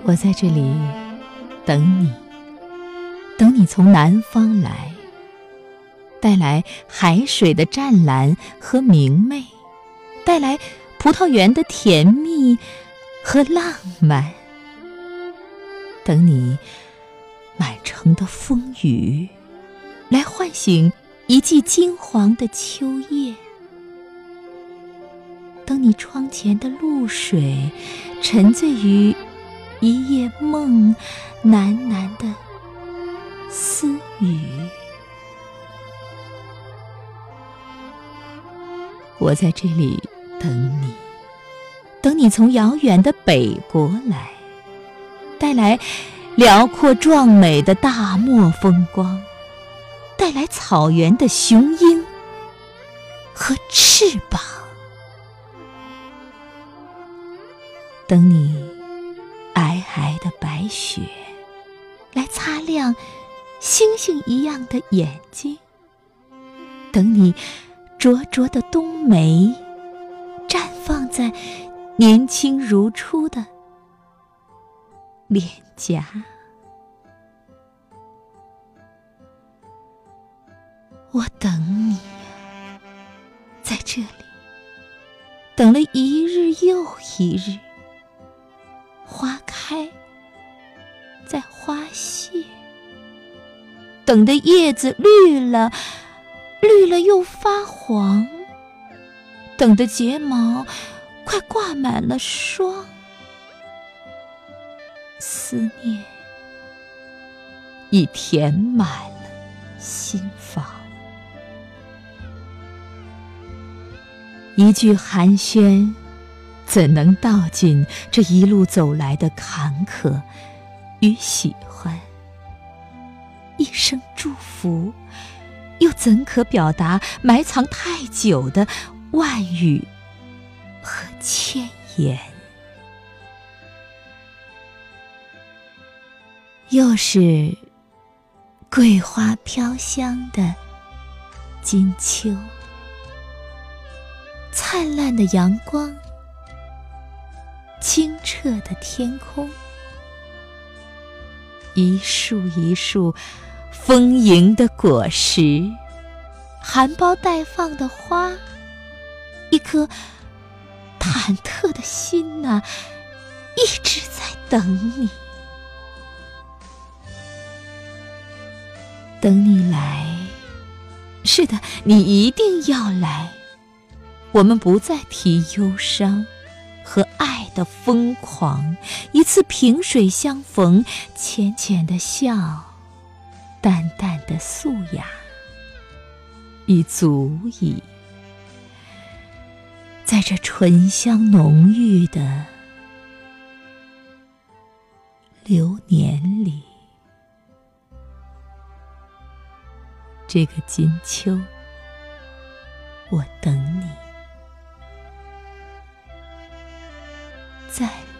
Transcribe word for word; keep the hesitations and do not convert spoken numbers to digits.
我在这里等你，等你从南方来，带来海水的湛蓝和明媚，带来葡萄园的甜蜜和浪漫。等你满城的风雨，来唤醒一季金黄的秋叶。等你窗前的露水沉醉于一夜梦喃喃的私语。我在这里等你，等你从遥远的北国来，带来辽阔壮美的大漠风光，带来草原的雄鹰和翅膀。等你皑皑的白雪来擦亮星星一样的眼睛，等你灼灼的冬梅绽放在年轻如初的脸颊。我等你呀，在这里等了一日又一日，花开在花谢，等的叶子绿了，绿了又发黄，等的睫毛快挂满了霜，思念已填满了心房。一句寒暄怎能道尽这一路走来的坎坷与喜欢？一声祝福又怎可表达埋藏太久的万语和千言？又是桂花飘香的金秋，灿烂的阳光，清澈的天空，一树一树丰盈的果实，含苞待放的花，一颗忐忑的心呐、啊，一直在等你，等你来。是的，你一定要来。我们不再提忧伤和爱的疯狂，一次萍水相逢，浅浅的笑，淡淡的素雅，已足矣。在这醇香浓郁的流年里，这个金秋，我等你再来。